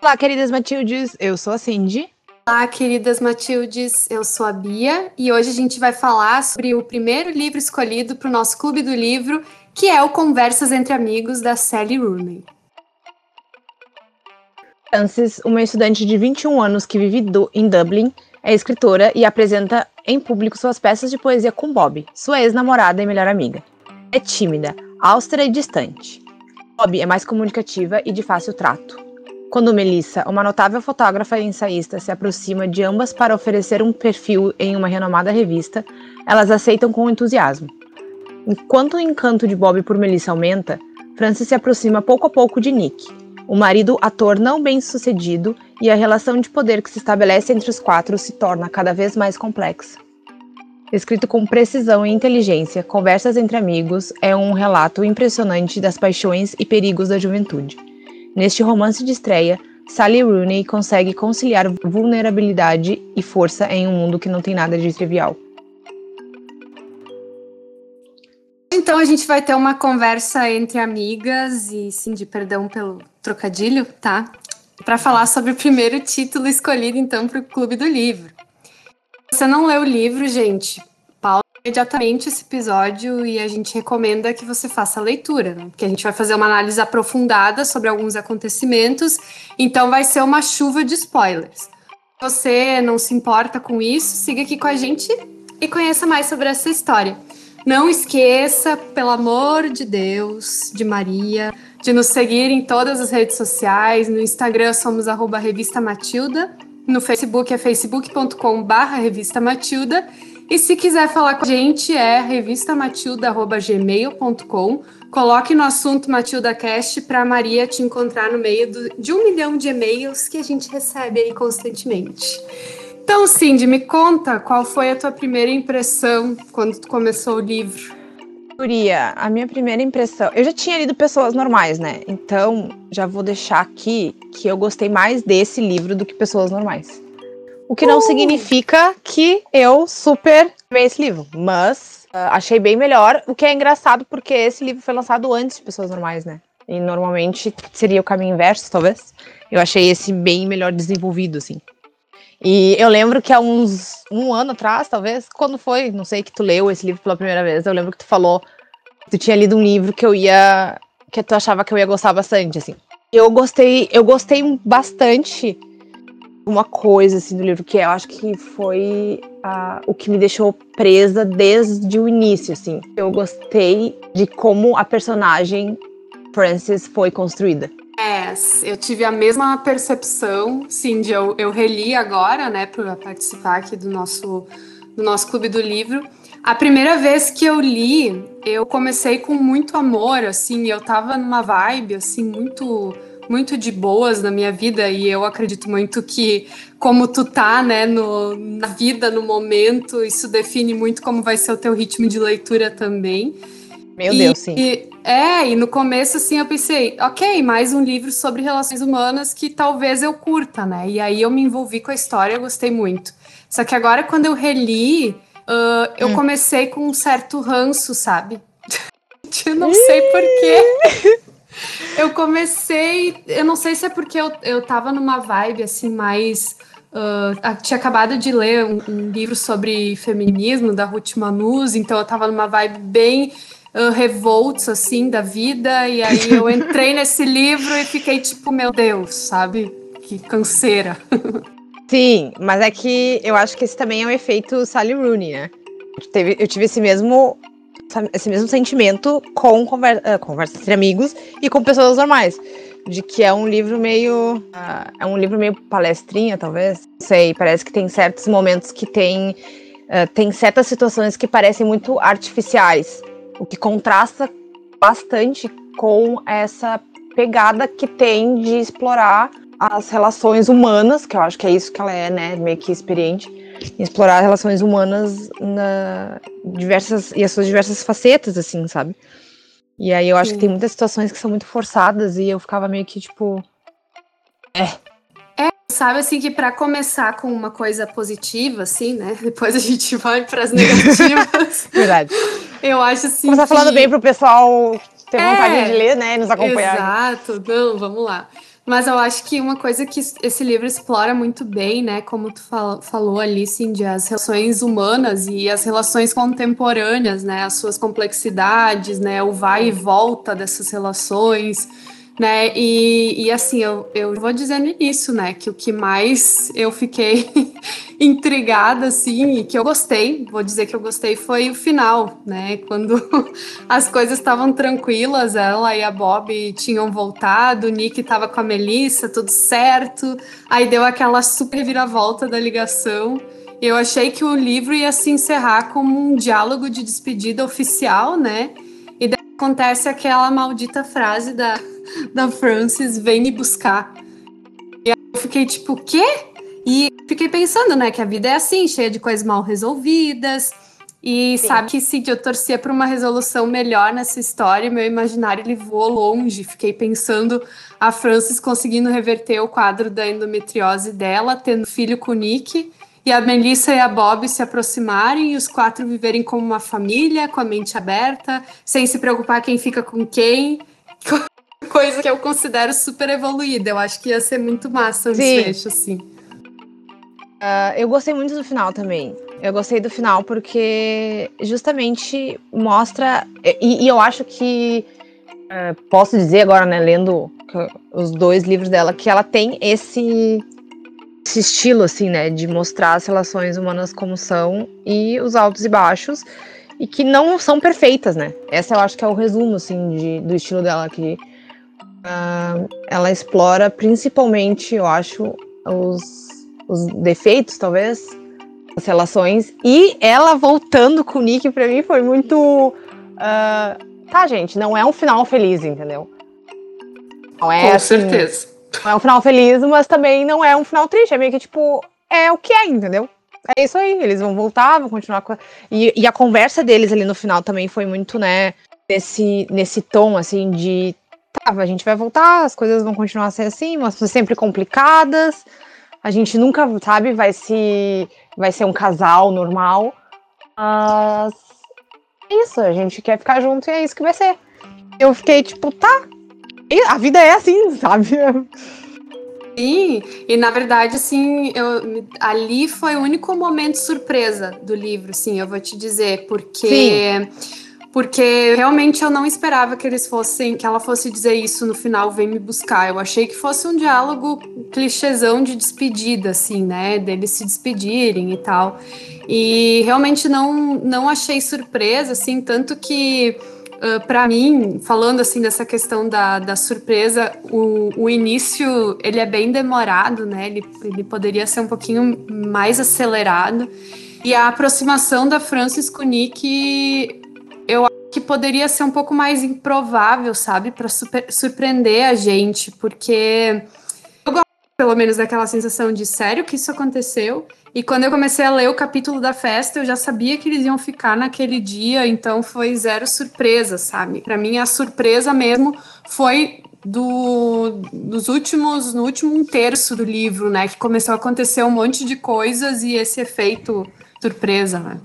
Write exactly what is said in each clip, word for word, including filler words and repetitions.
Olá, queridas Matildes, eu sou a Cindy. Olá, queridas Matildes, eu sou a Bia e hoje a gente vai falar sobre o primeiro livro escolhido para o nosso Clube do Livro, que é o Conversas entre Amigos, da Sally Rooney. Frances, uma estudante de vinte e um anos que vive do, em Dublin, é escritora e apresenta em público suas peças de poesia com Bob, sua ex-namorada e melhor amiga. É tímida, austera e distante. Bob é mais comunicativa e de fácil trato. Quando Melissa, uma notável fotógrafa e ensaísta, se aproxima de ambas para oferecer um perfil em uma renomada revista, elas aceitam com entusiasmo. Enquanto o encanto de Bob por Melissa aumenta, Frances se aproxima pouco a pouco de Nick, o marido ator não bem-sucedido, e a relação de poder que se estabelece entre os quatro se torna cada vez mais complexa. Escrito com precisão e inteligência, Conversas entre Amigos é um relato impressionante das paixões e perigos da juventude. Neste romance de estreia, Sally Rooney consegue conciliar vulnerabilidade e força em um mundo que não tem nada de trivial. Então a gente vai ter uma conversa entre amigas e, Cindy, perdão pelo trocadilho, tá? Para falar sobre o primeiro título escolhido, então, para o Clube do Livro. Se você não leu o livro, gente, pausa imediatamente esse episódio e a gente recomenda que você faça a leitura, né? Porque a gente vai fazer uma análise aprofundada sobre alguns acontecimentos, então vai ser uma chuva de spoilers. Se você não se importa com isso, siga aqui com a gente e conheça mais sobre essa história. Não esqueça, pelo amor de Deus, de Maria, de nos seguir em todas as redes sociais. No Instagram somos arroba Revista Matilda, no Facebook é facebook ponto com barra Revista Matilda. E se quiser falar com a gente é revistamatilda arroba gmail ponto com. Coloque no assunto MatildaCast para a Maria te encontrar no meio do, de um milhão de e-mails que a gente recebe aí constantemente. Então, Cindy, me conta qual foi a tua primeira impressão quando tu começou o livro. Guria, a minha primeira impressão... Eu já tinha lido Pessoas Normais, né? Então, já vou deixar aqui que eu gostei mais desse livro do que Pessoas Normais. O que não uh! significa que eu super amei esse livro, mas uh, achei bem melhor, o que é engraçado porque esse livro foi lançado antes de Pessoas Normais, né? E normalmente seria o caminho inverso, talvez. Eu achei esse bem melhor desenvolvido, assim. E eu lembro que há uns um ano atrás, talvez, quando foi, não sei, que tu leu esse livro pela primeira vez, eu lembro que tu falou que tu tinha lido um livro que eu ia, que tu achava que eu ia gostar bastante, assim. Eu gostei, eu gostei bastante uma coisa, assim, do livro, que eu acho que foi uh, o que me deixou presa desde o início, assim. Eu gostei de como a personagem Frances foi construída. É, eu tive a mesma percepção, Cindy, eu, eu reli agora, né, para participar aqui do nosso, do nosso Clube do Livro. A primeira vez que eu li, eu comecei com muito amor, assim, eu tava numa vibe, assim, muito, muito de boas na minha vida, e eu acredito muito que, como tu tá, né, no, na vida, no momento, isso define muito como vai ser o teu ritmo de leitura também. Meu e, Deus, sim. E, é, e no começo, assim, eu pensei, ok, mais um livro sobre relações humanas que talvez eu curta, né? E aí eu me envolvi com a história, eu gostei muito. Só que agora, quando eu reli, uh, eu hum. comecei com um certo ranço, sabe? Eu não sei porquê. Eu comecei, eu não sei se é porque eu, eu tava numa vibe, assim, mais... Uh, tinha acabado de ler um, um livro sobre feminismo, da Ruth Manuz, então eu tava numa vibe bem... Uh, revoltos, assim, da vida, e aí eu entrei nesse livro e fiquei tipo, meu Deus, sabe? Que canseira. Sim, mas é que eu acho que esse também é um efeito Sally Rooney, né? Eu, teve, eu tive esse mesmo, esse mesmo sentimento com conversa, uh, conversa entre amigos e com pessoas normais, de que é um livro meio, uh, é um livro meio palestrinha, talvez, não sei, parece que tem certos momentos que tem, uh, tem certas situações que parecem muito artificiais, o que contrasta bastante com essa pegada que tem de explorar as relações humanas, que eu acho que é isso que ela é, né, meio que experiente, em explorar as relações humanas na diversas, e as suas diversas facetas, assim, sabe? E aí eu acho Sim. que tem muitas situações que são muito forçadas e eu ficava meio que, tipo... É... É, sabe, assim, que pra começar com uma coisa positiva, assim, né, depois a gente vai pras negativas. Verdade. Eu acho assim Começar que... falando bem pro pessoal ter é, vontade de ler, né, nos acompanhar. Exato, não, vamos lá. Mas eu acho que uma coisa que esse livro explora muito bem, né, como tu fal- falou ali, Cindy, as relações humanas e as relações contemporâneas, né, as suas complexidades, né, o vai e volta dessas relações, né, e, e assim, eu, eu vou dizendo isso, né, que o que mais eu fiquei intrigada, assim, e que eu gostei, vou dizer que eu gostei, foi o final, né, quando as coisas estavam tranquilas, ela e a Bob tinham voltado, o Nick estava com a Melissa, tudo certo, aí deu aquela super reviravolta da ligação, e eu achei que o livro ia se encerrar como um diálogo de despedida oficial, né, e daí acontece aquela maldita frase da da Frances, vem me buscar. E aí eu fiquei tipo, o quê? E fiquei pensando, né, que a vida é assim, cheia de coisas mal resolvidas. E Sim. sabe que sim, eu torcia por uma resolução melhor nessa história, meu imaginário ele voou longe. Fiquei pensando a Frances conseguindo reverter o quadro da endometriose dela, tendo filho com o Nick, e a Melissa e a Bob se aproximarem e os quatro viverem como uma família, com a mente aberta, sem se preocupar quem fica com quem. Coisa que eu considero super evoluída. Eu acho que ia ser muito massa um Sim. desfecho, assim. Uh, eu gostei muito do final também. Eu gostei do final porque justamente mostra. E, e eu acho que. Uh, posso dizer agora, né, lendo os dois livros dela, que ela tem esse, esse estilo, assim, né, de mostrar as relações humanas como são e os altos e baixos, e que não são perfeitas, né? Essa eu acho que é o resumo, assim, de, do estilo dela, que uh, ela explora principalmente, eu acho, os, os defeitos, talvez, as relações, e ela voltando com o Nick, pra mim, foi muito... Uh, tá, gente, não é um final feliz, entendeu? Não é, Com assim, certeza. não é um final feliz, mas também não é um final triste. É meio que, tipo, é o que é, entendeu? É isso aí, eles vão voltar, vão continuar com... E, e a conversa deles ali no final também foi muito, né, nesse, nesse tom, assim, de... Tá, a gente vai voltar, as coisas vão continuar a ser assim, mas sempre complicadas. A gente nunca, sabe, vai se... Vai ser um casal normal. Mas... É isso, a gente quer ficar junto e é isso que vai ser. Eu fiquei, tipo, tá... A vida é assim, sabe? Sim, e na verdade, assim, eu, ali foi o único momento surpresa do livro, sim, eu vou te dizer, porque... Sim. Porque realmente eu não esperava que eles fossem, que ela fosse dizer isso no final, vem me buscar. Eu achei que fosse um diálogo clichêzão de despedida, assim, né? Deles se despedirem e tal. E realmente não, não achei surpresa, assim, tanto que Uh, para mim, falando assim dessa questão da, da surpresa, o, o início ele é bem demorado, né? Ele, ele poderia ser um pouquinho mais acelerado. E a aproximação da Frances com o Nick, eu acho que poderia ser um pouco mais improvável, sabe? Para surpreender a gente, porque eu gosto, pelo menos, daquela sensação de sério que isso aconteceu. E quando eu comecei a ler o capítulo da festa, eu já sabia que eles iam ficar naquele dia, então foi zero surpresa, sabe? Para mim, a surpresa mesmo foi do, dos últimos, no último um terço do livro, né? Que começou a acontecer um monte de coisas e esse efeito surpresa, né?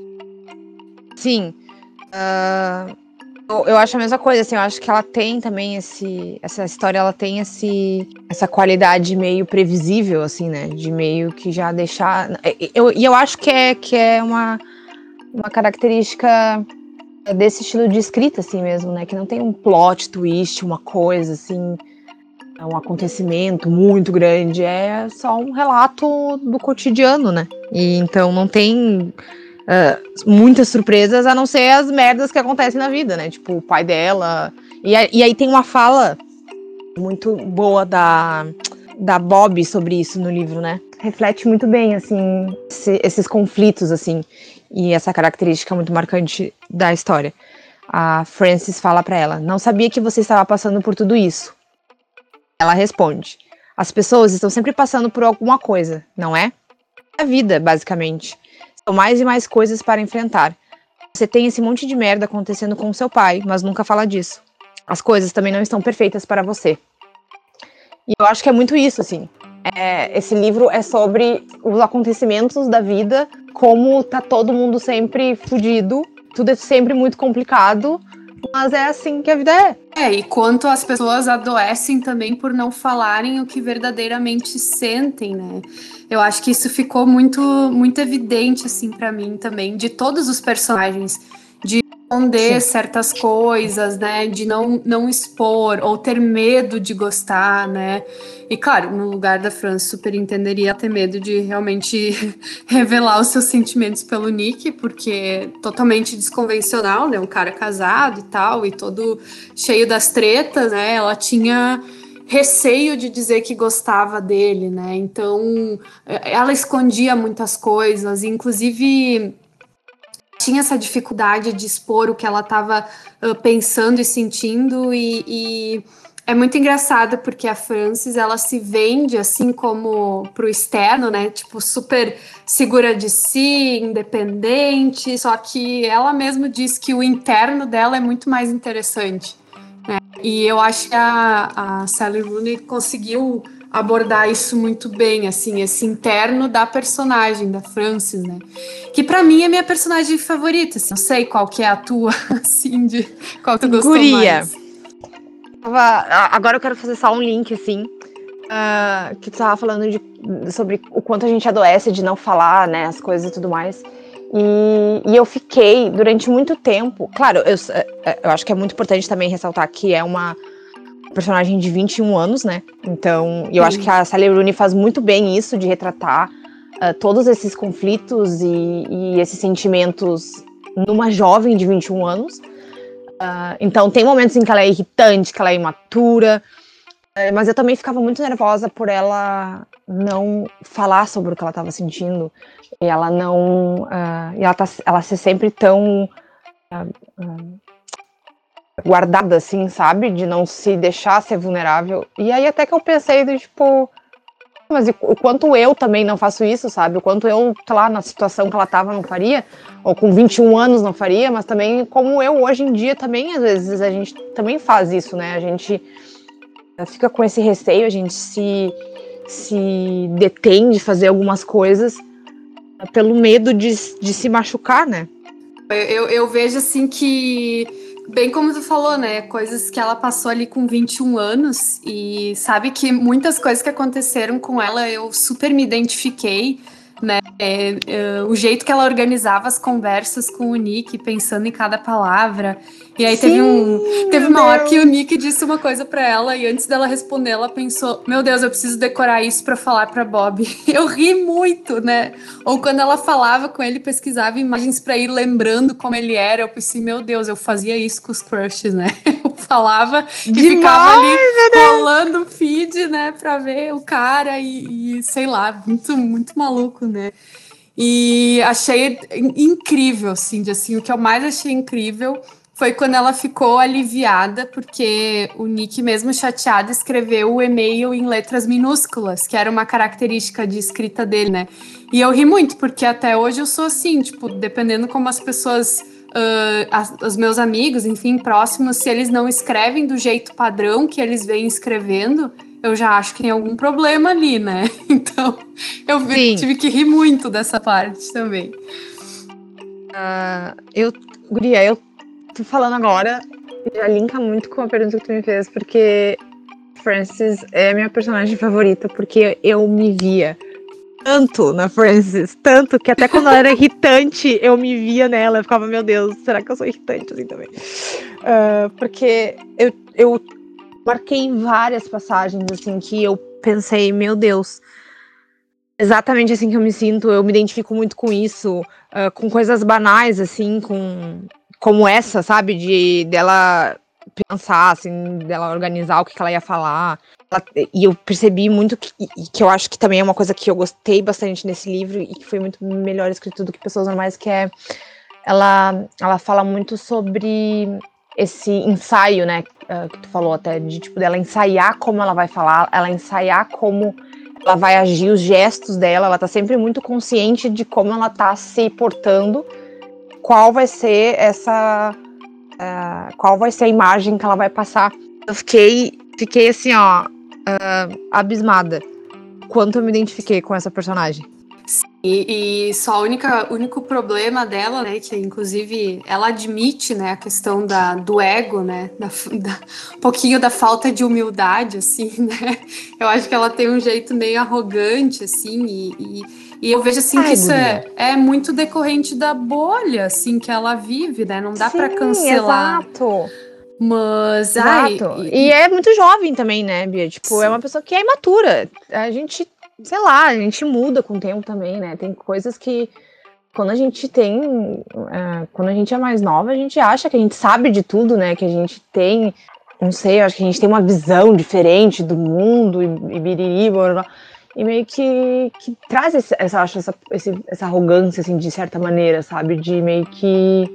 Sim. Uh, eu, eu acho a mesma coisa, assim, eu acho que ela tem também esse... Essa história, ela tem esse, essa qualidade meio previsível, assim, né? De meio que já deixar... E eu, eu acho que é, que é uma, uma característica desse estilo de escrita, assim, mesmo, né? Que não tem um plot twist, uma coisa, assim... um acontecimento muito grande, é só um relato do cotidiano, né? E então não tem uh, muitas surpresas, a não ser as merdas que acontecem na vida, né? Tipo, o pai dela. E, a, e aí tem uma fala muito boa da, da Bob sobre isso no livro, né? Reflete muito bem, assim, esse, esses conflitos, assim, e essa característica muito marcante da história. A Frances fala pra ela: não sabia que você estava passando por tudo isso. Ela responde: as pessoas estão sempre passando por alguma coisa, não é? É a vida, basicamente. São mais e mais coisas para enfrentar. Você tem esse monte de merda acontecendo com seu pai, mas nunca fala disso. As coisas também não estão perfeitas para você. E eu acho que é muito isso, assim. É, esse livro é sobre os acontecimentos da vida, como tá todo mundo sempre fudido, tudo é sempre muito complicado, Mas é assim que a vida é. É, e quanto as pessoas adoecem também por não falarem o que verdadeiramente sentem, né? Eu acho que isso ficou muito, muito evidente, assim, pra mim também, de todos os personagens, de esconder Sim. certas coisas, né? De não, não expor, ou ter medo de gostar, né? E claro, no lugar da Fran, super entenderia ter medo de realmente revelar os seus sentimentos pelo Nick, porque é totalmente desconvencional, né? Um cara casado e tal, e todo cheio das tretas, né? Ela tinha receio de dizer que gostava dele, né? Então, ela escondia muitas coisas, inclusive tinha essa dificuldade de expor o que ela estava uh, pensando e sentindo, e, e é muito engraçado porque a Frances, ela se vende assim como pro externo, né? Tipo, super segura de si, independente, só que ela mesma diz que o interno dela é muito mais interessante. E eu acho que a, a Sally Rooney conseguiu abordar isso muito bem, assim, esse interno da personagem, da Frances, né? Que pra mim é minha personagem favorita, assim. Não sei qual que é a tua, assim, de qual tu gostou Guria. mais. Agora eu quero fazer só um link, assim, uh, que tu tava falando de, sobre o quanto a gente adoece de não falar, né, as coisas e tudo mais. E, e eu fiquei durante muito tempo. Claro, eu, eu acho que é muito importante também ressaltar que é uma personagem de vinte e um anos, né? Então, eu Sim. acho que a Sally Rooney faz muito bem isso de retratar uh, todos esses conflitos e, e esses sentimentos numa jovem de vinte e um anos. Uh, então, tem momentos em que ela é irritante, que ela é imatura, uh, mas eu também ficava muito nervosa por ela não falar sobre o que ela estava sentindo. E ela não. Uh, e ela, tá, ela ser sempre tão. Uh, uh, guardada, assim, sabe? De não se deixar ser vulnerável. E aí até que eu pensei, do, tipo... Mas o quanto eu também não faço isso, sabe? O quanto eu, sei lá, na situação que ela tava, não faria. Ou com vinte e um anos não faria. Mas também, como eu, hoje em dia, também, às vezes, a gente também faz isso, né? A gente fica com esse receio, a gente se, se detém de fazer algumas coisas pelo medo de, de se machucar, né? Eu, eu vejo, assim, que... Bem como tu falou, né? Coisas que ela passou ali com vinte e um anos, e sabe que muitas coisas que aconteceram com ela eu super me identifiquei, né? É, é, o jeito que ela organizava as conversas com o Nick, pensando em cada palavra. E aí Sim, teve um teve uma hora que o Nick disse uma coisa pra ela, e antes dela responder, ela pensou: meu Deus, eu preciso decorar isso pra falar pra Bob. Eu ri muito, né? Ou quando ela falava com ele, pesquisava imagens pra ir lembrando como ele era, eu pensei: meu Deus, eu fazia isso com os crushes, né? Eu falava Demais, e ficava ali né? rolando o feed, né, pra ver o cara e, e sei lá, muito, muito maluco, né? E achei incrível, assim, de, assim, o que eu mais achei incrível foi quando ela ficou aliviada, porque o Nick, mesmo chateado, escreveu o e-mail em letras minúsculas, que era uma característica de escrita dele, né? E eu ri muito, porque até hoje eu sou assim, tipo, dependendo como as pessoas, uh, as, os meus amigos, enfim, próximos, se eles não escrevem do jeito padrão que eles vêm escrevendo, eu já acho que tem algum problema ali, né? Então, eu vi, tive que rir muito dessa parte também. Uh, eu, Guria, eu tô falando agora, já linka muito com a pergunta que tu me fez, porque Frances é a minha personagem favorita, porque eu me via tanto na Frances, tanto que até quando ela era irritante, eu me via nela, eu ficava, meu Deus, será que eu sou irritante assim também? Uh, porque eu, eu marquei várias passagens, assim, que eu pensei, meu Deus, exatamente assim que eu me sinto, eu me identifico muito com isso, uh, com coisas banais, assim, com como essa, sabe, de dela pensar, assim, dela organizar o que, que ela ia falar. Ela, e eu percebi muito que, que eu acho que também é uma coisa que eu gostei bastante nesse livro e que foi muito melhor escrito do que Pessoas Normais, que é ela, ela fala muito sobre esse ensaio, né, uh, que tu falou até, de tipo, dela ensaiar como ela vai falar, ela ensaiar como ela vai agir, os gestos dela, ela tá sempre muito consciente de como ela tá se portando, qual vai ser essa, uh, qual vai ser a imagem que ela vai passar. Eu fiquei, fiquei assim, ó, uh, abismada, quanto eu me identifiquei com essa personagem. E, e só o único problema dela, né, que inclusive ela admite, né, a questão da, do ego, né, da, da, um pouquinho da falta de humildade, assim, né, eu acho que ela tem um jeito meio arrogante, assim, e, e, e eu vejo, assim, que Ai, isso guria. é, é muito decorrente da bolha, assim, que ela vive, né, não dá pra Sim, cancelar, exato. mas, ai, Exato. E e, é muito jovem também, né, Bia? Tipo, é uma pessoa que é imatura. A gente, sei lá, a gente muda com o tempo também, né? Tem coisas que quando a gente tem, é, quando a gente é mais nova, a gente acha que a gente sabe de tudo, né? Que a gente tem, não sei, eu acho que a gente tem uma visão diferente do mundo e, e biriri, blá, blá, blá, e meio que, que traz esse, essa, acho, essa, esse, essa arrogância, assim, de certa maneira, sabe? De meio que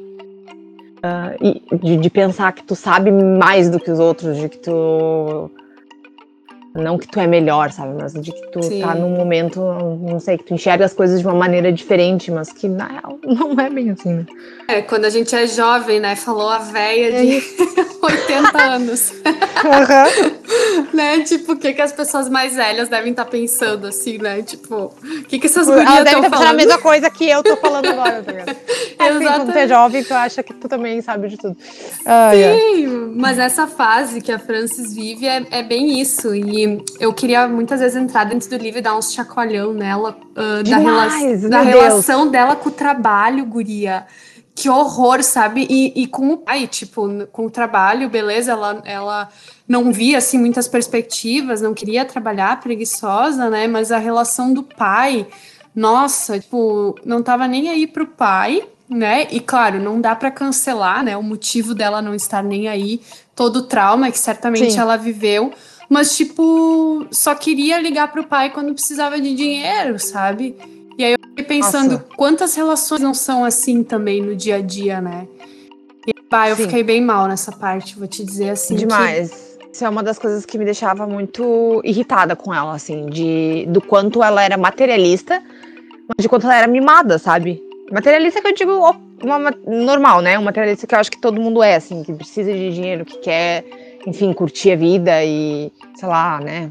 uh, de, de pensar que tu sabe mais do que os outros, de que tu não que tu é melhor, sabe? Mas de que tu tá num sim. momento, não sei, que tu enxerga as coisas de uma maneira diferente, mas que na real não é bem assim, né? É, quando a gente é jovem, né, falou a véia É de isso. oitenta anos. Uhum. Né? Tipo, o que, que as pessoas mais velhas devem estar pensando, assim, né? Tipo, o que, que essas Tipo, elas gurias devem estão estar pensando a falando? mesma coisa que eu tô falando agora, tá ligado? É assim, quando tu é Exatamente. jovem, tu acha que tu também sabe de tudo. Ai, ai. Sim, mas essa fase que a Frances vive é, é bem isso. E eu queria muitas vezes entrar dentro do livro e dar uns chacoalhão nela, ah, da, rela Demais, da meu Deus. relação dela com o trabalho, guria. Que horror, sabe? E, e com o pai, tipo, com o trabalho, beleza, ela, ela não via, assim, muitas perspectivas, não queria trabalhar, preguiçosa, né? Mas a relação do pai, nossa, tipo, não tava nem aí pro pai, né? E claro, não dá para cancelar, né? O motivo dela não estar nem aí, todo o trauma que certamente Sim. ela viveu, mas tipo, só queria ligar pro pai quando precisava de dinheiro, sabe? E aí eu fiquei pensando Nossa, quantas relações não são assim também no dia a dia, né? E bah, eu sim. fiquei bem mal nessa parte, vou te dizer assim que Demais. Isso é uma das coisas que me deixava muito irritada com ela, assim, de do quanto ela era materialista, mas de quanto ela era mimada, sabe? Materialista que eu digo uma, uma- normal, né? Um materialista que eu acho que todo mundo é, assim, que precisa de dinheiro, que quer, enfim, curtir a vida e, sei lá, né?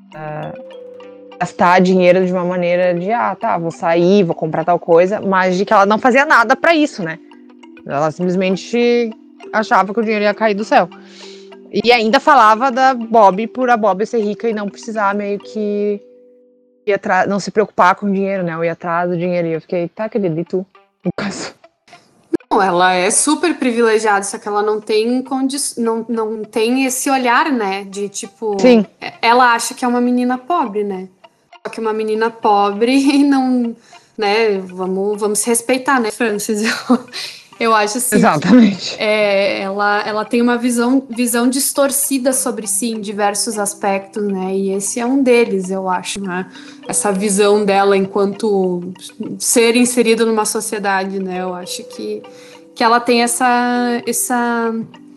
Gastar dinheiro de uma maneira de, ah, tá, vou sair, vou comprar tal coisa, mas de que ela não fazia nada pra isso, né? Ela simplesmente achava que o dinheiro ia cair do céu. E ainda falava da Bob por a Bob ser rica e não precisar meio que ir atrás, não se preocupar com o dinheiro, né? Eu ia atrás do dinheiro e eu fiquei, tá, querido, e tu? No caso. não, ela é super privilegiada, só que ela não tem condi não, não tem esse olhar, né? De tipo, Sim, ela acha que é uma menina pobre, né? Só que uma menina pobre e não, né? Vamos, vamos se respeitar, né, Francis? Eu, eu acho assim que exatamente. é, ela, ela tem uma visão, visão distorcida sobre si em diversos aspectos, né? E esse é um deles, eu acho, né? Essa visão dela enquanto ser inserido numa sociedade, né? Eu acho que, que ela tem essa, essa,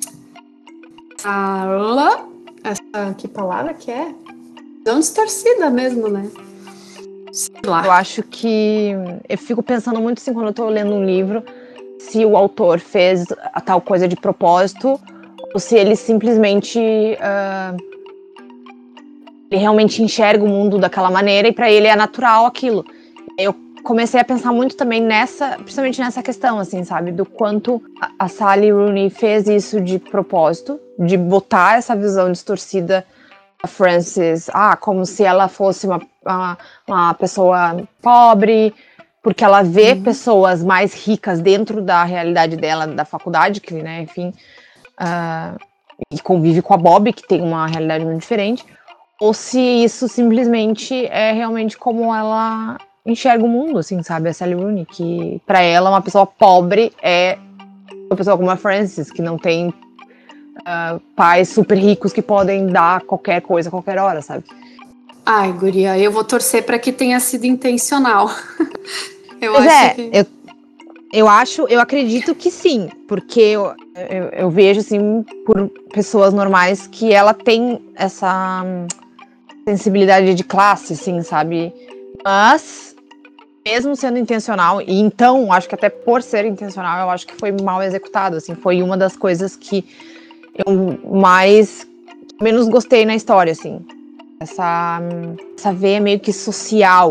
essa, essa que palavra que é? Visão distorcida mesmo, né? Sei lá. Eu acho que eu fico pensando muito assim quando eu tô lendo um livro, se o autor fez a tal coisa de propósito ou se ele simplesmente uh, ele realmente enxerga o mundo daquela maneira e para ele é natural aquilo. Eu comecei a pensar muito também nessa, principalmente nessa questão, assim, sabe, do quanto a Sally Rooney fez isso de propósito, de botar essa visão distorcida da Frances, ah, como se ela fosse uma, uma, uma pessoa pobre, porque ela vê Uhum. pessoas mais ricas dentro da realidade dela, da faculdade, que, né, enfim, uh, e convive com a Bob, que tem uma realidade muito diferente, ou se isso simplesmente é realmente como ela enxerga o mundo, assim, sabe? A Sally Rooney, que pra ela uma pessoa pobre é uma pessoa como a Frances, que não tem uh, pais super ricos que podem dar qualquer coisa a qualquer hora, sabe? Ai, guria, eu vou torcer para que tenha sido intencional. Eu Mas acho é, que. eu, eu acho, eu acredito que sim, porque eu, eu, eu vejo, assim, por pessoas normais que ela tem essa hum, sensibilidade de classe, assim, sabe? Mas mesmo sendo intencional, e então, acho que até por ser intencional, eu acho que foi mal executado, assim, foi uma das coisas que eu mais, menos gostei na história, assim, essa, essa veia meio que social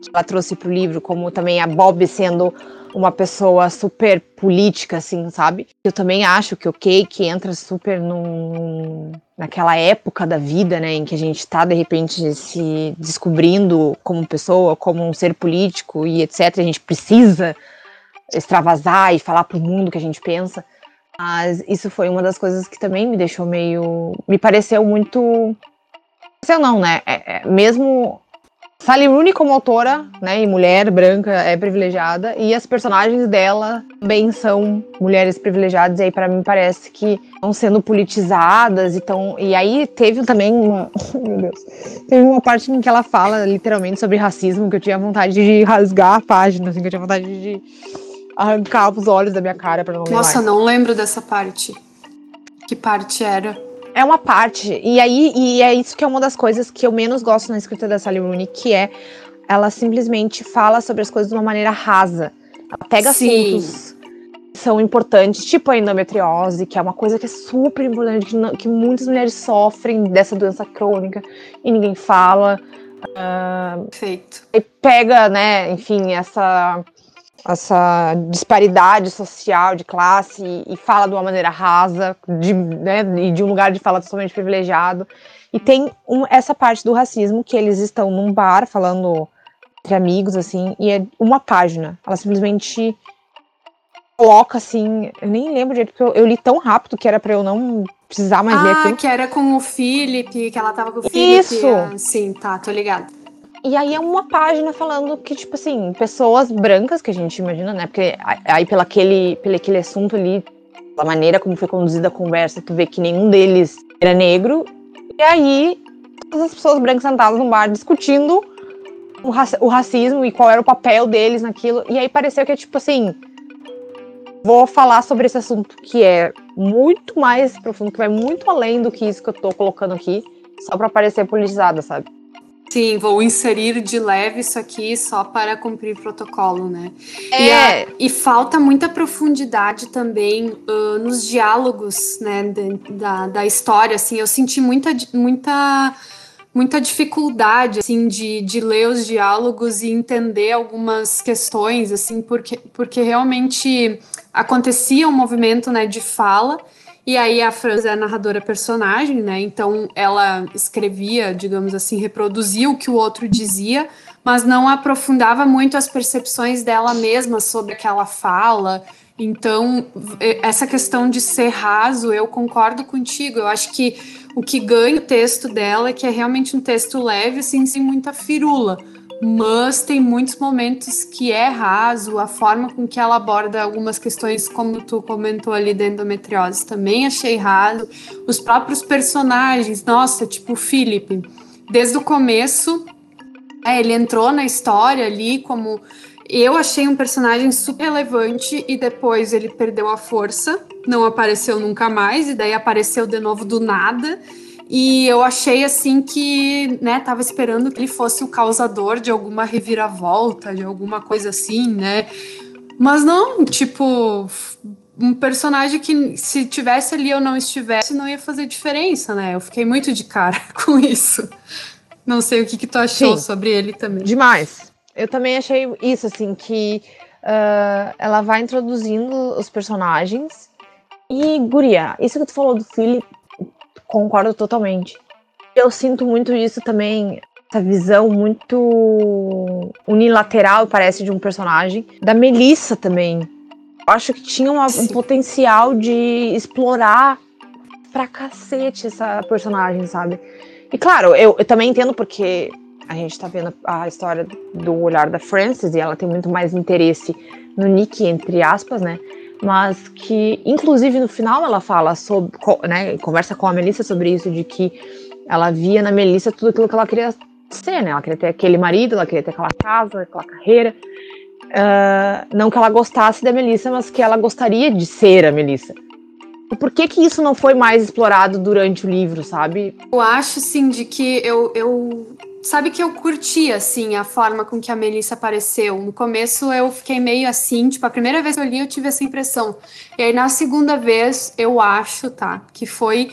que ela trouxe pro livro, como também a Bob sendo uma pessoa super política, assim, sabe? Eu também acho que o Cake entra super num, naquela época da vida, né, em que a gente tá, de repente, se descobrindo como pessoa, como um ser político e etcétera. A gente precisa extravasar e falar pro mundo o que a gente pensa. Mas isso foi uma das coisas que também me deixou meio... Me pareceu muito... Pareceu não, né? É, é, mesmo... Sally Rooney como autora, né, e mulher branca, é privilegiada, e as personagens dela também são mulheres privilegiadas, e aí pra mim parece que estão sendo politizadas, e, tão, e aí teve também uma, meu Deus, teve uma parte em que ela fala literalmente sobre racismo, que eu tinha vontade de rasgar a página, assim, que eu tinha vontade de arrancar os olhos da minha cara pra não ler Nossa, mais. não lembro dessa parte. Que parte era? É uma parte, e aí e é isso que é uma das coisas que eu menos gosto na escrita da Sally Rooney, que é ela simplesmente fala sobre as coisas de uma maneira rasa. Ela pega Sim. assuntos que são importantes, tipo a endometriose, que é uma coisa que é super importante, que, não, que muitas mulheres sofrem dessa doença crônica e ninguém fala. Uh, Perfeito. E pega, né, enfim, essa... essa disparidade social de classe e, e fala de uma maneira rasa, de, né, e de um lugar de fala totalmente privilegiado. E tem um, essa parte do racismo, que eles estão num bar falando entre amigos, assim, e é uma página. Ela simplesmente coloca, assim, eu nem lembro direito, porque eu, eu li tão rápido que era pra eu não precisar mais ah, ler aquilo. Ah, que era com o Philip, que ela tava com o Philip. Isso! A... Sim, tá, tô ligada. E aí é uma página falando que, tipo assim, pessoas brancas, que a gente imagina, né? Porque aí pelo aquele, pelo aquele assunto ali, a maneira como foi conduzida a conversa, tu vê que nenhum deles era negro. E aí, todas as pessoas brancas sentadas num bar discutindo o, raci- o racismo e qual era o papel deles naquilo. E aí pareceu que é tipo assim, vou falar sobre esse assunto que é muito mais profundo, que vai muito além do que isso que eu tô colocando aqui, só pra parecer politizada, sabe? Sim, vou inserir de leve isso aqui só para cumprir protocolo, né? É. E, a, e falta muita profundidade também uh, nos diálogos, né, de, da, da história, assim, eu senti muita, muita, muita dificuldade, assim, de, de ler os diálogos e entender algumas questões, assim, porque, porque realmente acontecia um movimento, né, de fala. E aí a Franz é a narradora personagem, né? Então ela escrevia, digamos assim, reproduzia o que o outro dizia, mas não aprofundava muito as percepções dela mesma sobre aquela fala. Então, essa questão de ser raso, eu concordo contigo. Eu acho que o que ganha o texto dela é que é realmente um texto leve, assim, sem muita firula. Mas tem muitos momentos que é raso, a forma com que ela aborda algumas questões, como tu comentou ali da endometriose, também achei raso. Os próprios personagens, nossa, tipo o Philip, desde o começo, é, ele entrou na história ali como... Eu achei um personagem super relevante e depois ele perdeu a força, não apareceu nunca mais, e daí apareceu de novo do nada. E eu achei assim que, né, tava esperando que ele fosse o causador de alguma reviravolta, de alguma coisa assim, né? Mas não, tipo, um personagem que se tivesse ali ou não estivesse, não ia fazer diferença, né? Eu fiquei muito de cara com isso. Não sei o que, que tu achou Sim, sobre ele também. Demais. Eu também achei isso, assim, que uh, ela vai introduzindo os personagens. E, guria, isso que tu falou do Philip, concordo totalmente. Eu sinto muito isso também, essa visão muito unilateral, parece, de um personagem. Da Melissa também. Eu acho que tinha uma, um potencial de explorar pra cacete essa personagem, sabe? E claro, eu, eu também entendo porque a gente tá vendo a história do olhar da Frances e ela tem muito mais interesse no Nick, entre aspas, né? Mas que, inclusive, no final ela fala sobre, né, conversa com a Melissa sobre isso, de que ela via na Melissa tudo aquilo que ela queria ser, né? Ela queria ter aquele marido, ela queria ter aquela casa, aquela carreira. Uh, não que ela gostasse da Melissa, mas que ela gostaria de ser a Melissa. E por que que isso não foi mais explorado durante o livro, sabe? Eu acho, sim, de que eu, eu... Sabe que eu curti, assim, a forma com que a Melissa apareceu. No começo eu fiquei meio assim, tipo, a primeira vez que eu li eu tive essa impressão. E aí na segunda vez eu acho, tá, que foi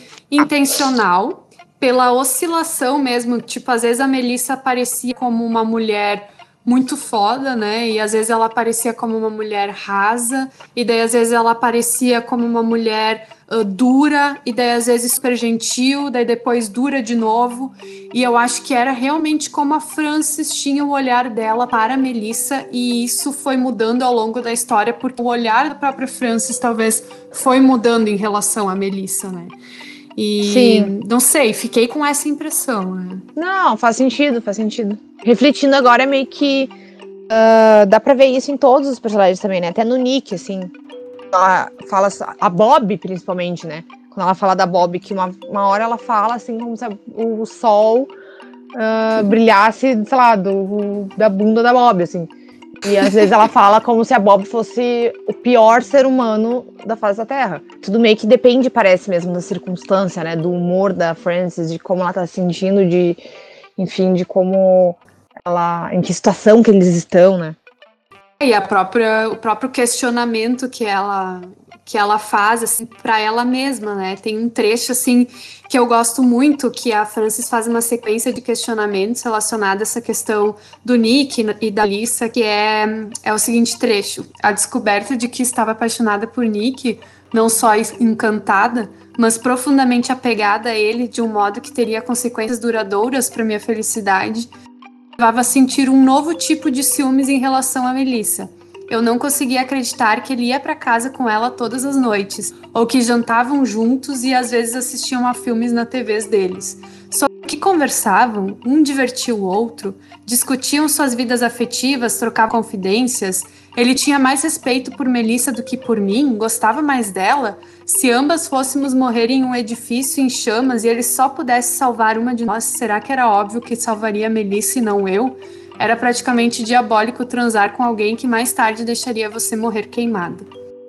intencional, pela oscilação mesmo. Tipo, às vezes a Melissa aparecia como uma mulher muito foda, né? E às vezes ela aparecia como uma mulher rasa, e daí às vezes ela aparecia como uma mulher uh, dura, e daí às vezes super gentil, daí depois dura de novo. E eu acho que era realmente como a Frances tinha o olhar dela para a Melissa, e isso foi mudando ao longo da história, porque o olhar da própria Frances talvez foi mudando em relação à Melissa, né? E Sim. não sei, fiquei com essa impressão, né? Não, faz sentido, faz sentido. Refletindo agora, é meio que uh, dá pra ver isso em todos os personagens também, né? Até no Nick, assim. Ela fala, a Bob, principalmente, né? Quando ela fala da Bob, que uma, uma hora ela fala assim, como se o sol uh, brilhasse, sei lá, do, da bunda da Bob, assim. E às vezes ela fala como se a Bob fosse o pior ser humano da face da Terra. Tudo meio que depende, parece mesmo, da circunstância, né? Do humor da Frances, de como ela tá se sentindo, de, enfim, de como ela, em que situação que eles estão, né? E a própria, o próprio questionamento que ela, que ela faz assim, para ela mesma, né? Tem um trecho assim que eu gosto muito, que a Frances faz uma sequência de questionamentos relacionados a essa questão do Nick e da Lisa, que é, é o seguinte trecho: a descoberta de que estava apaixonada por Nick, não só encantada, mas profundamente apegada a ele de um modo que teria consequências duradouras para minha felicidade, levava a sentir um novo tipo de ciúmes em relação a Melissa. Eu não conseguia acreditar que ele ia para casa com ela todas as noites, ou que jantavam juntos e às vezes assistiam a filmes na T Vs deles. Sobre o que conversavam, um divertia o outro, discutiam suas vidas afetivas, trocavam confidências. Ele tinha mais respeito por Melissa do que por mim, gostava mais dela. Se ambas fôssemos morrer em um edifício em chamas e ele só pudesse salvar uma de nós, será que era óbvio que salvaria Melissa e não eu? Era praticamente diabólico transar com alguém que mais tarde deixaria você morrer queimada.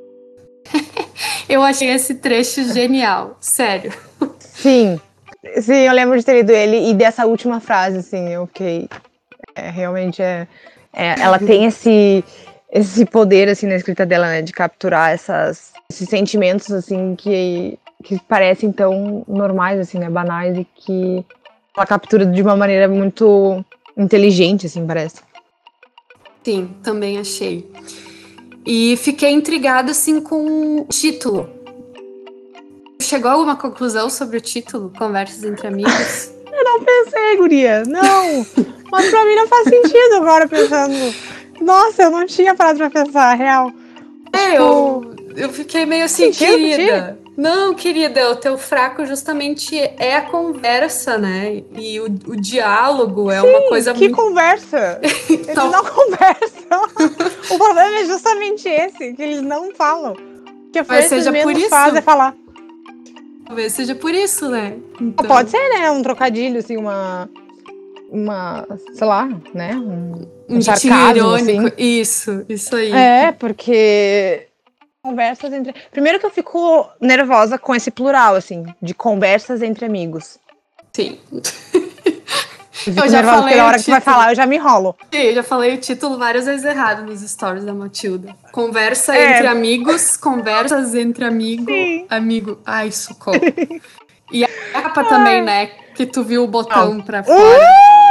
Eu achei esse trecho genial, sério. Sim, sim, eu lembro de ter lido ele e dessa última frase, assim, eu fiquei... É, realmente é, é... Ela tem esse, esse poder, assim, na escrita dela, né, de capturar essas, esses sentimentos, assim, que, que parecem tão normais, assim, né, banais, e que ela captura de uma maneira muito inteligente, assim, parece. Sim, também achei. E fiquei intrigada, assim, com o título. Chegou a alguma conclusão sobre o título, Conversas entre Amigos? Eu não pensei, guria, não. Mas pra mim não faz sentido agora, pensando. Nossa, eu não tinha parado pra pensar, real. É, Tipo, eu, eu fiquei meio assim, sentido, querida. Não, querida, o teu fraco justamente é a conversa, né? E o, o diálogo é sim, uma coisa que muito... conversa? Eles não conversam. O problema é justamente esse, que eles não falam. O que a Talvez Frances seja por menos isso. faz é falar. Talvez seja por isso, né? Então... Pode ser, né? Um trocadilho, assim, uma. Uma. Sei lá, né? Um, um um jeitinho sarcasmo, irônico. assim. Isso, isso aí. É, porque. Conversas entre. Primeiro que eu fico nervosa com esse plural, assim, de conversas entre amigos. Sim. Eu fico Eu já nervosa porque falei na o hora que tu vai título. falar eu já me enrolo. Eu já falei o título várias vezes errado nos stories da Matilda. Conversa É. entre amigos, conversas entre amigo, Sim. amigo. Ai, socorro. E a capa também, né? Que tu viu o botão Não. pra fora.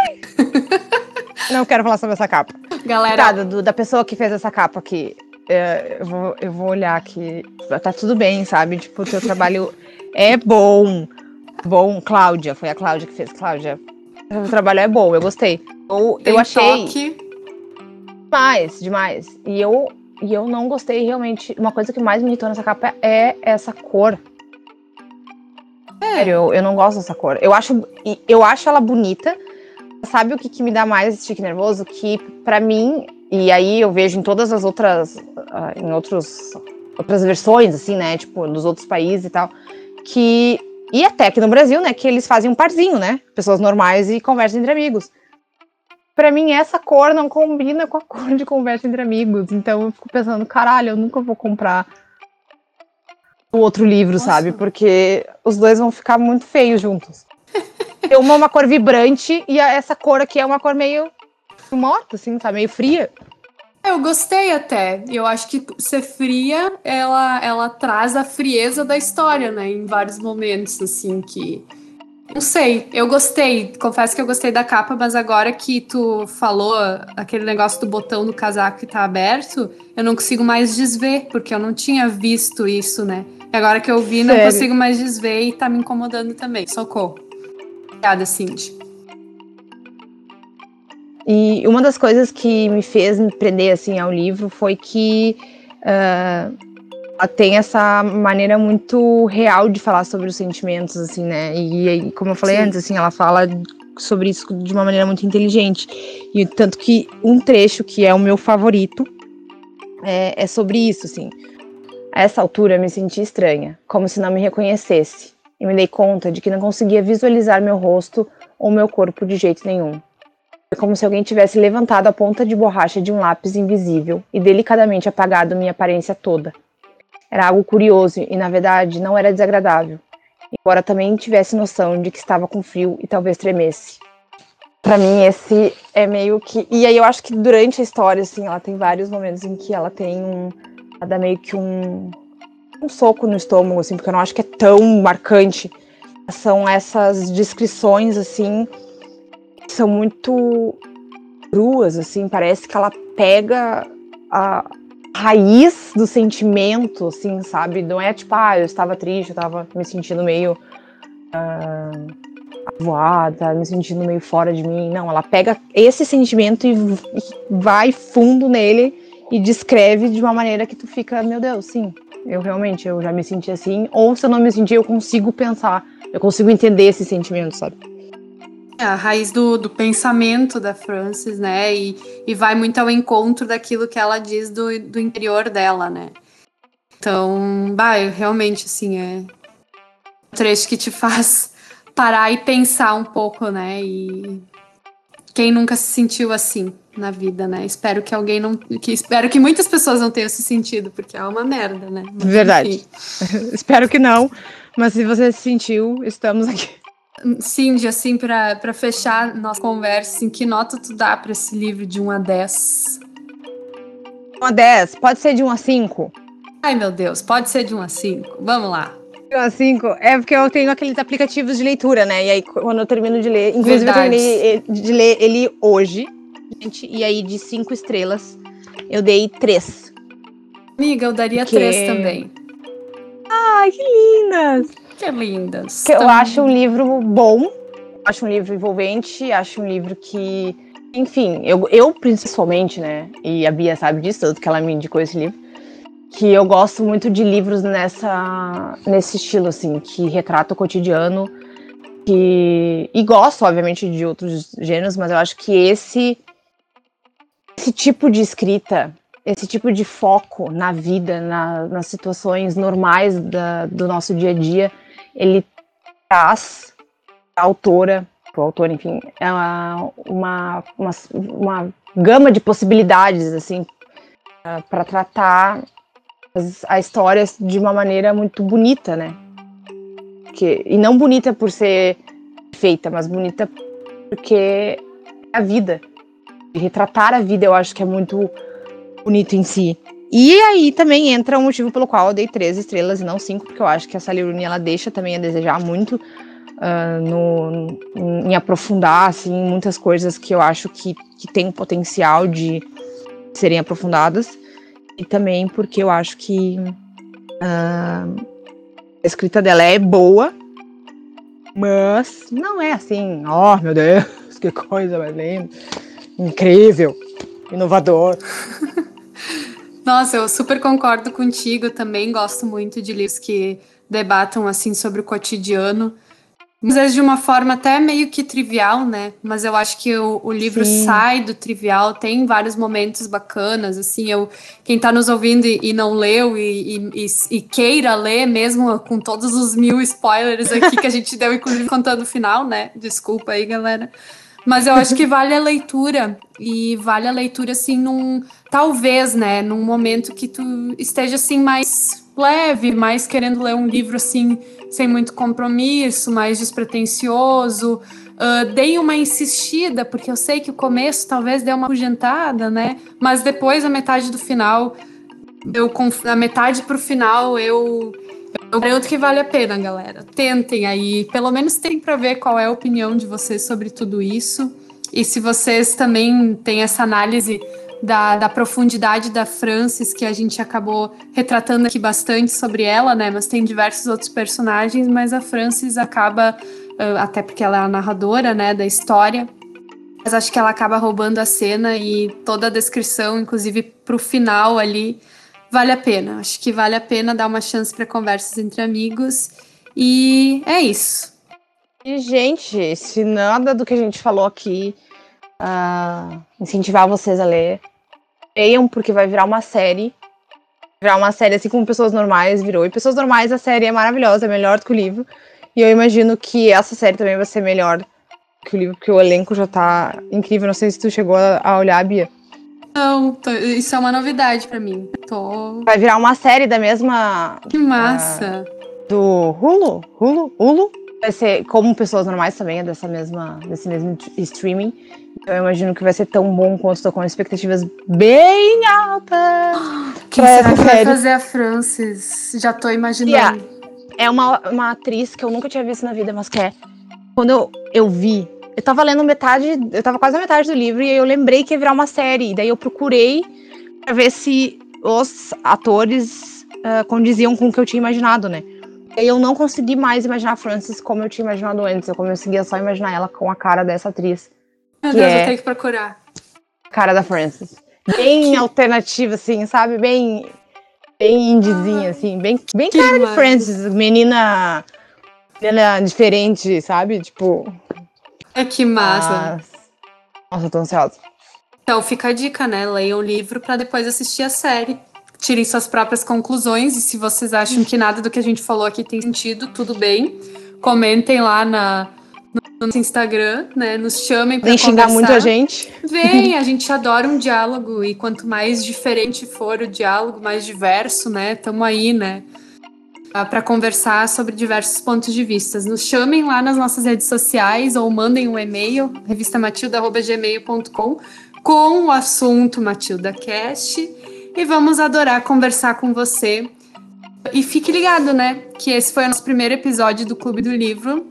Não quero falar sobre essa capa. Galera, Coitada do, da pessoa que fez essa capa aqui. É, eu, vou, eu vou olhar aqui. Tá tudo bem, sabe? Tipo, o teu trabalho é bom. Bom, Cláudia. Foi a Cláudia que fez. Cláudia, o trabalho é bom, eu gostei. Eu, eu tem achei toque. demais, demais. E eu, e eu não gostei realmente. Uma coisa que mais me irritou nessa capa é essa cor. É. Sério, eu, eu não gosto dessa cor. Eu acho, eu acho ela bonita. Sabe o que, que me dá mais esse tique nervoso? Que pra mim, e aí eu vejo em todas as outras, uh, em outros, outras versões, assim, né? Tipo, nos outros países e tal, que, e até aqui no Brasil, né? Que eles fazem um parzinho, né? Pessoas normais e conversam entre amigos. Pra mim, essa cor não combina com a cor de conversa entre amigos. Então eu fico pensando, caralho, eu nunca vou comprar o outro livro, Nossa. sabe? Porque os dois vão ficar muito feios juntos. Uma é uma cor vibrante e essa cor aqui é uma cor meio morta, assim, tá meio fria. Eu gostei até. Eu acho que ser fria, ela, ela traz a frieza da história, né? Em vários momentos, assim, que Não sei, eu gostei, confesso que eu gostei da capa, mas agora que tu falou aquele negócio do botão do casaco que tá aberto, eu não consigo mais desver, porque eu não tinha visto isso, né? E agora que eu vi, não Sério. consigo mais desver e tá me incomodando também. Socorro. Obrigada, Cindy. E uma das coisas que me fez me prender assim ao livro foi que uh, ela tem essa maneira muito real de falar sobre os sentimentos, assim, né? E, e como eu falei Sim. antes, assim, ela fala sobre isso de uma maneira muito inteligente. E tanto que um trecho que é o meu favorito é, é sobre isso, assim. A essa altura eu me senti estranha, como se não me reconhecesse. E me dei conta de que não conseguia visualizar meu rosto ou meu corpo de jeito nenhum. Foi como se alguém tivesse levantado a ponta de borracha de um lápis invisível e delicadamente apagado minha aparência toda. Era algo curioso e, na verdade, não era desagradável, embora também tivesse noção de que estava com frio e talvez tremesse. Pra mim, esse é meio que... E aí eu acho que durante a história, assim, ela tem vários momentos em que ela tem um... Ela dá meio que um... um soco no estômago, assim, porque eu não acho que é tão marcante. São essas descrições, assim, que são muito cruas, assim, parece que ela pega a raiz do sentimento, assim, sabe? Não é tipo, ah, eu estava triste, eu estava me sentindo meio uh, avoada, me sentindo meio fora de mim. Não, ela pega esse sentimento e, e vai fundo nele e descreve de uma maneira que tu fica, meu Deus, sim, eu realmente, eu já me senti assim. Ou se eu não me senti, eu consigo pensar, eu consigo entender esse sentimento, sabe? É a raiz do, do pensamento da Frances, né? E, e vai muito ao encontro daquilo que ela diz do, do interior dela, né? Então, bah, eu realmente, assim, é um trecho que te faz parar e pensar um pouco, né? E quem nunca se sentiu assim na vida, né? Espero que alguém não... Que, espero que muitas pessoas não tenham se sentido, porque é uma merda, né? Mas, verdade. Espero que não, mas se você se sentiu, estamos aqui. Cindy, assim, pra, pra fechar nossa conversa, assim, que nota tu dá pra esse livro de um a dez? um a dez, pode ser de um a cinco? Ai, meu Deus, pode ser de um a cinco. Vamos lá. De um a cinco? É porque eu tenho aqueles aplicativos de leitura, né? E aí, quando eu termino de ler... Inclusive, Verdade. eu terminei de ler ele hoje. Gente, e aí, de cinco estrelas, eu dei três. Amiga, eu daria porque... três também. Ai, que lindas! Que lindas. Porque eu acho um livro bom, acho um livro envolvente, acho um livro que... Enfim, eu, eu principalmente, né? E a Bia sabe disso, tanto que ela me indicou esse livro. Que eu gosto muito de livros nessa, nesse estilo, assim, que retrata o cotidiano. Que, e gosto, obviamente, de outros gêneros, mas eu acho que esse, esse tipo de escrita, esse tipo de foco na vida, na, nas situações normais da, do nosso dia a dia, ele traz a autora, o autor, enfim, é uma, uma, uma, uma gama de possibilidades, assim, para tratar as, a história de uma maneira muito bonita, né? Que, e não bonita por ser feita, mas bonita porque é a vida. E retratar a vida eu acho que é muito bonito em si. E aí também entra um motivo pelo qual eu dei três estrelas e não cinco, porque eu acho que a Sally Rooney, ela deixa também a desejar muito uh, no, em aprofundar assim, muitas coisas que eu acho que, que tem potencial de serem aprofundadas. E também porque eu acho que uh, a escrita dela é boa, mas não é assim, ó, oh, meu Deus, que coisa mais linda, incrível, inovador. Nossa, eu super concordo contigo, também gosto muito de livros que debatam assim sobre o cotidiano, às vezes de uma forma até meio que trivial, né? Mas eu acho que o, o livro Sim. sai do trivial, tem vários momentos bacanas, assim, eu, quem tá nos ouvindo e, e não leu e, e, e queira ler, mesmo com todos os mil spoilers aqui que a gente deu, inclusive contando o final, né? Desculpa aí, galera. Mas eu acho que vale a leitura, e vale a leitura, assim, num... Talvez, né, num momento que tu esteja, assim, mais leve, mais querendo ler um livro, assim, sem muito compromisso, mais despretensioso. Uh, dei uma insistida, porque eu sei que o começo talvez dê uma afugentada, né? Mas depois, a metade do final, eu, a metade pro final, eu... Eu garanto que vale a pena, galera. Tentem aí, pelo menos tentem para ver qual é a opinião de vocês sobre tudo isso. E se vocês também têm essa análise da, da profundidade da Frances, que a gente acabou retratando aqui bastante sobre ela, né? Mas tem diversos outros personagens, mas a Frances acaba, até porque ela é a narradora, né, da história, mas acho que ela acaba roubando a cena e toda a descrição, inclusive pro final ali, vale a pena. Acho que vale a pena dar uma chance para conversas entre amigos. E é isso. E, gente, se nada do que a gente falou aqui uh, incentivar vocês a ler, leiam, porque vai virar uma série. Virar uma série assim como Pessoas Normais virou. E Pessoas Normais, a série é maravilhosa, é melhor do que o livro. E eu imagino que essa série também vai ser melhor que o livro, porque o elenco já tá incrível. Não sei se tu chegou a olhar, Bia. Não, tô, isso é uma novidade pra mim. Tô... Vai virar uma série da mesma... Que massa! Uh, do Hulu? Hulu? Hulu? Vai ser como Pessoas Normais também, é dessa mesma, desse mesmo streaming. Então eu imagino que vai ser tão bom quanto estou com expectativas bem altas. Quem será que vai fazer a Frances? Já tô imaginando. Yeah. É uma, uma atriz que eu nunca tinha visto na vida, mas que é... Quando eu, eu vi... Eu tava lendo metade... Eu tava quase na metade do livro e eu lembrei que ia virar uma série. E daí eu procurei pra ver se os atores uh, condiziam com o que eu tinha imaginado, né? E eu não consegui mais imaginar a Frances como eu tinha imaginado antes. Eu conseguia só imaginar ela com a cara dessa atriz. Meu Deus, é eu tenho que procurar. A cara da Frances. Bem que... alternativa, assim, sabe? Bem... Bem indiezinha, ah, assim. Bem, bem cara de Frances. Menina... Menina diferente, sabe? Tipo... É que massa. Mas... Nossa, eu tô ansiosa. Então fica a dica, né? Leiam o livro pra depois assistir a série. Tirem suas próprias conclusões. E se vocês acham que nada do que a gente falou aqui tem sentido, tudo bem. Comentem lá na, no nosso Instagram, né? Nos chamem pra conversar. Vem xingar muito a gente. Vem, a gente adora um diálogo. E quanto mais diferente for o diálogo, mais diverso, né? Tamo aí, né? Para conversar sobre diversos pontos de vista. Nos chamem lá nas nossas redes sociais ou mandem um e-mail, revista matilda arroba gmail ponto com, com o assunto MatildaCast, e vamos adorar conversar com você. E fique ligado, né? Que esse foi o nosso primeiro episódio do Clube do Livro.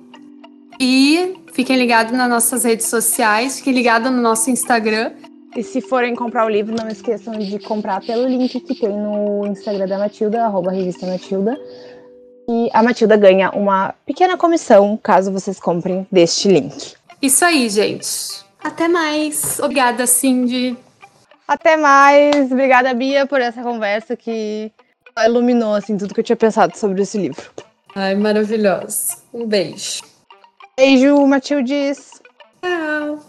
E fiquem ligados nas nossas redes sociais, fiquem ligados no nosso Instagram. E se forem comprar o livro, não esqueçam de comprar pelo link que tem no Instagram da Matilda, arroba revista Matilda. E a Matilda ganha uma pequena comissão, caso vocês comprem deste link. Isso aí, gente. Até mais. Obrigada, Cindy. Até mais. Obrigada, Bia, por essa conversa que iluminou assim, tudo que eu tinha pensado sobre esse livro. Ai, maravilhoso. Um beijo. Beijo, Matildes. Tchau.